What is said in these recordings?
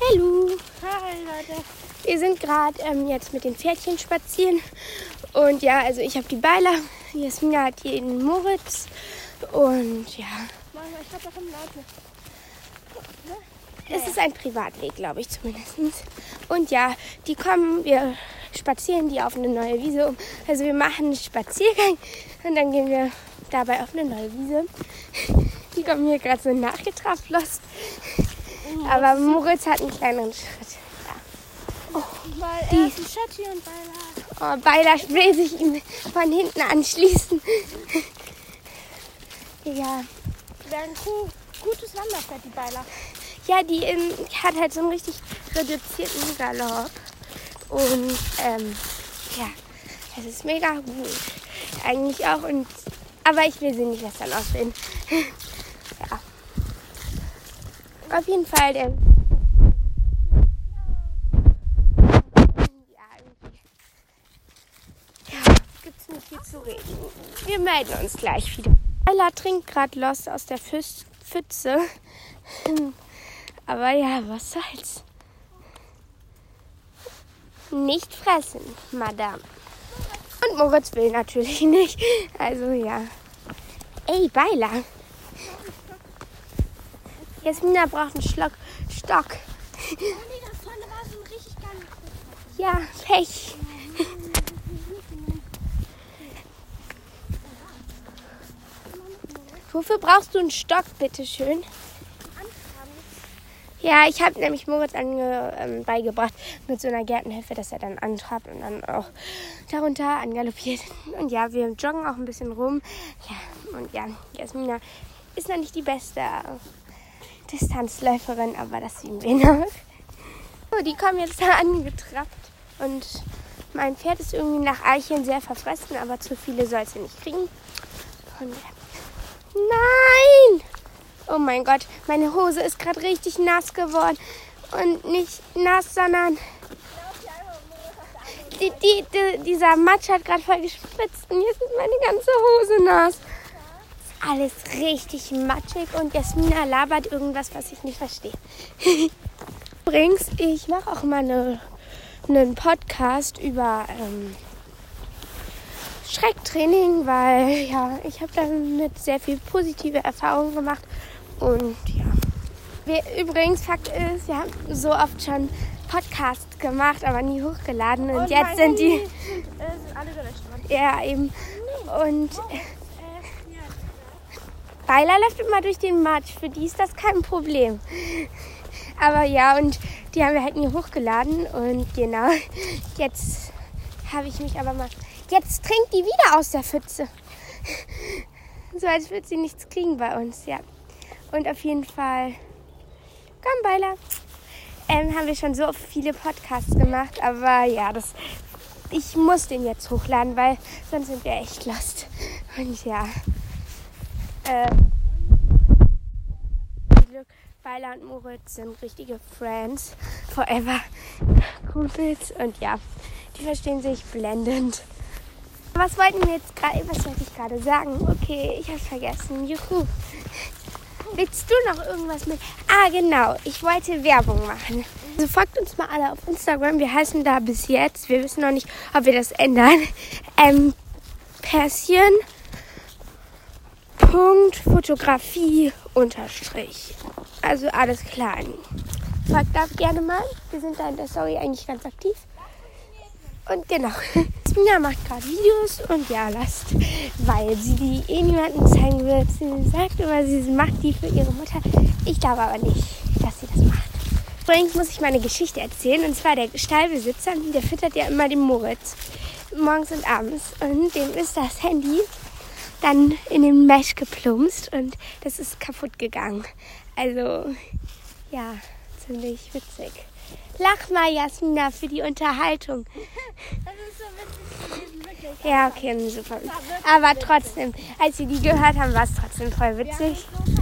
Hallo. Hi Leute. Wir sind gerade jetzt mit den Pferdchen spazieren. Und ja, also ich habe die Beila, Jasmina hat hier den Moritz. Und ja. Mama, ich glaube, da kommen Leute. Es ist ein Privatweg, glaube ich zumindest. Und ja, die kommen, wir spazieren die auf eine neue Wiese um. Also wir machen einen Spaziergang und dann gehen wir dabei auf eine neue Wiese. Die kommen hier gerade so nachgetraft, lost. Aber Moritz hat einen kleineren Schritt. Ja. Oh, weil er ist ein Schötti und Beila. Oh, Beila will sich ihm von hinten anschließen. Ja. Wäre ein gutes Wanderpferd, die Beila. Ja, die hat halt so einen richtig reduzierten Galopp. Und ja, das ist mega gut. Eigentlich auch. Aber ich will sie nicht lästern ausreden. Ja. Auf jeden Fall der. Ja, gibt's nicht viel zu reden. Wir melden uns gleich wieder. Ella trinkt gerade Lost aus der Pfütze. Aber ja, was soll's. Nicht fressen, Madame. Und Moritz will natürlich nicht. Also ja. Ey, Beila. Jasmina braucht einen Stock. Oh nee, da vorne war so ein richtig geiler Kuss. Ja, Pech. Wofür brauchst du einen Stock, bitteschön? Ja, ich habe nämlich Moritz beigebracht mit so einer Gärtenhilfe, dass er dann antrabt und dann auch darunter angaloppiert. Und ja, wir joggen auch ein bisschen rum. Ja, und ja, Jasmina ist noch nicht die beste Distanzläuferin, aber das sehen wir noch. So, die kommen jetzt da angetrappt und mein Pferd ist irgendwie nach Eicheln sehr verfressen, aber zu viele soll sie nicht kriegen. Und nein! Oh mein Gott, meine Hose ist gerade richtig nass geworden. Und nicht nass, sondern dieser Matsch hat gerade voll gespritzt. Und jetzt ist meine ganze Hose nass. Ist alles richtig matschig und Jasmina labert irgendwas, was ich nicht verstehe. Übrigens, ich mache auch mal einen Podcast über Schrecktraining, weil ja, ich habe damit sehr viel positive Erfahrungen gemacht. Und ja. Übrigens, Fakt ist, wir haben so oft schon Podcasts gemacht, aber nie hochgeladen. Und jetzt sind die. Sind alle gelöscht worden. Ja, eben. Und Beila läuft immer durch den Matsch. Für die ist das kein Problem. Aber ja, und die haben wir halt nie hochgeladen. Und genau, jetzt habe ich mich aber mal. Jetzt trinkt die wieder aus der Pfütze. So als würde sie nichts kriegen bei uns, ja. Und auf jeden Fall, komm Beila, haben wir schon so viele Podcasts gemacht. Aber ja, ich muss den jetzt hochladen, weil sonst sind wir echt lost. Und ja, Beila und Moritz sind richtige Friends, forever Kumpels. Und ja, die verstehen sich blendend. Was wollte ich gerade sagen? Okay, ich habe vergessen. Juhu. Willst du noch irgendwas mit? Ah, genau. Ich wollte Werbung machen. Also folgt uns mal alle auf Instagram. Wir heißen da bis jetzt. Wir wissen noch nicht, ob wir das ändern. Pärchen.fotografie_. Also alles klein. Folgt da gerne mal. Wir sind da in der Story eigentlich ganz aktiv. Und genau, Jasmina macht gerade Videos und ja, lasst, weil sie die niemandem zeigen wird. Sie sagt immer, sie macht die für ihre Mutter. Ich glaube aber nicht, dass sie das macht. Übrigens muss ich mal eine Geschichte erzählen. Und zwar der Stallbesitzer, der füttert ja immer den Moritz. Morgens und abends. Und dem ist das Handy dann in den Mesh geplumpst und das ist kaputt gegangen. Also, ja, ziemlich witzig. Lach mal, Jasmina, für die Unterhaltung. Das ist so witzig gewesen, wirklich. Ja, okay, super. Aber trotzdem, als sie die gehört haben, war es trotzdem voll witzig.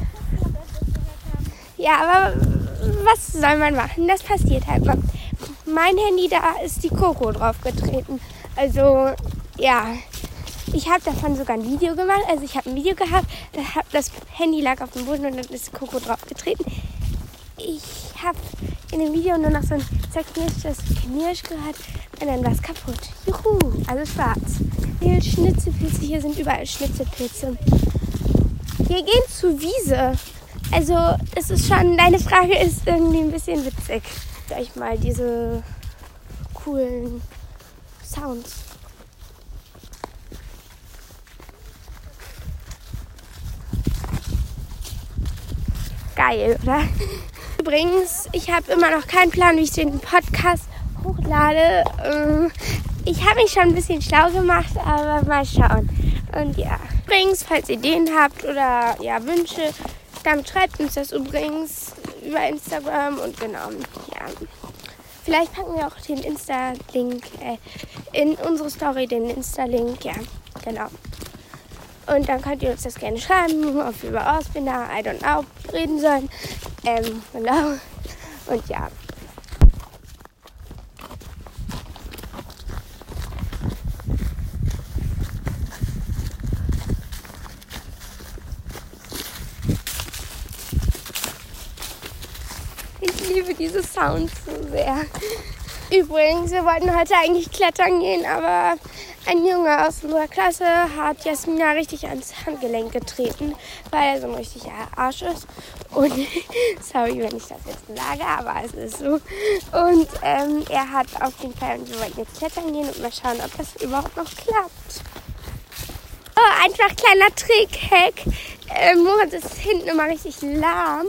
Ja, aber was soll man machen? Das passiert halt mal. Mein Handy, da ist die Coco drauf getreten. Also, ja, ich habe davon sogar ein Video gemacht. Also ich habe ein Video gehabt, das Handy lag auf dem Boden und dann ist Coco drauf getreten. Ich habe in dem Video nur noch so ein zerknirschtes Knirsch gehört und dann war es kaputt. Juhu, also schwarz. Viel Schnitzelpilze, hier sind überall Schnitzelpilze. Wir gehen zur Wiese. Also es ist schon, deine Frage ist irgendwie ein bisschen witzig. Sag ich mal, diese coolen Sounds. Geil, oder? Übrigens, ich habe immer noch keinen Plan, wie ich den Podcast hochlade. Ich habe mich schon ein bisschen schlau gemacht, aber mal schauen. Und ja, übrigens, falls ihr Ideen habt oder ja, Wünsche, dann schreibt uns das übrigens über Instagram und genau, ja. Vielleicht packen wir auch den Insta-Link in unsere Story, den Insta-Link, ja, genau. Und dann könnt ihr uns das gerne schreiben, ob wir über Ausbinder, I don't know, reden sollen. Genau. Und ja. Ich liebe diese Sounds so sehr. Übrigens, wir wollten heute eigentlich klettern gehen, aber ein Junge aus unserer Klasse hat Jasmina richtig ans Handgelenk getreten, weil er so ein richtiger Arsch ist. Und sorry, wenn ich das jetzt sage, aber es ist so. Und er hat auf jeden Fall, und wir wollten jetzt klettern gehen und mal schauen, ob das überhaupt noch klappt. Oh, einfach kleiner Trick-Hack. Moritz ist hinten immer richtig lahm.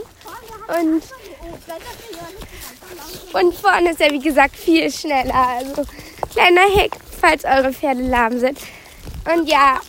Und vorne ist er, wie gesagt, viel schneller. Also kleiner Hack, falls eure Pferde lahm sind. Und ja.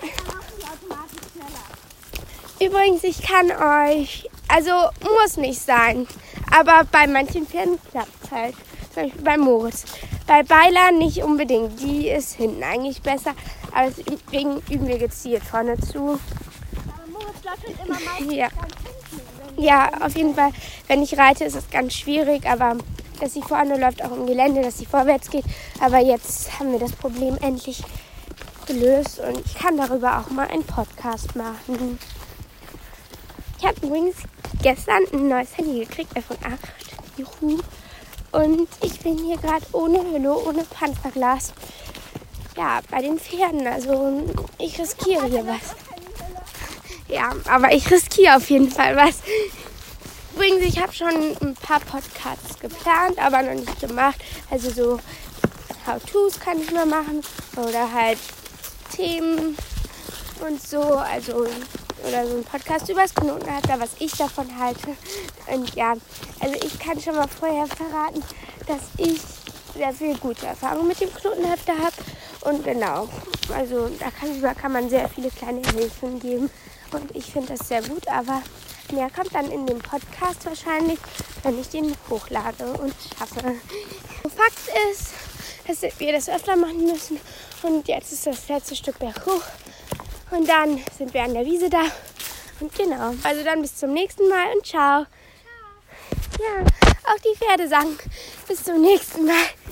Übrigens, ich kann euch, also muss nicht sein, aber bei manchen Pferden klappt es halt. Zum Beispiel bei Moritz. Bei Beiler nicht unbedingt. Die ist hinten eigentlich besser. Aber deswegen üben wir gezielt vorne zu. Aber Moritz läuft halt immer meistens Ja. ganz hinten. Ja, auf jeden Fall. Wenn ich reite, ist es ganz schwierig. Aber dass sie vorne läuft, auch im Gelände, dass sie vorwärts geht. Aber jetzt haben wir das Problem endlich gelöst. Und ich kann darüber auch mal einen Podcast machen. Ich habe übrigens gestern ein neues Handy gekriegt, iPhone 8. Juhu. Und ich bin hier gerade ohne Hülle, ohne Panzerglas. Ja, bei den Pferden. Also ich riskiere hier was. Ja, aber ich riskiere auf jeden Fall was. Übrigens, ich habe schon ein paar Podcasts geplant, aber noch nicht gemacht. Also so How-Tos kann ich mal machen. Oder halt Themen und so. Also oder so ein Podcast übers Knotenhalfter, was ich davon halte. Und ja, also ich kann schon mal vorher verraten, dass ich sehr viel gute Erfahrung mit dem Knotenhalfter habe. Und genau, also da kann man sehr viele kleine Hilfen geben. Und ich finde das sehr gut, aber mehr kommt dann in dem Podcast wahrscheinlich, wenn ich den hochlade und schaffe. Fakt ist, dass wir das öfter machen müssen. Und jetzt ist das letzte Stück berghoch. Und dann sind wir an der Wiese da. Und genau. Also dann bis zum nächsten Mal und ciao. Ja, auch die Pferde sagen bis zum nächsten Mal.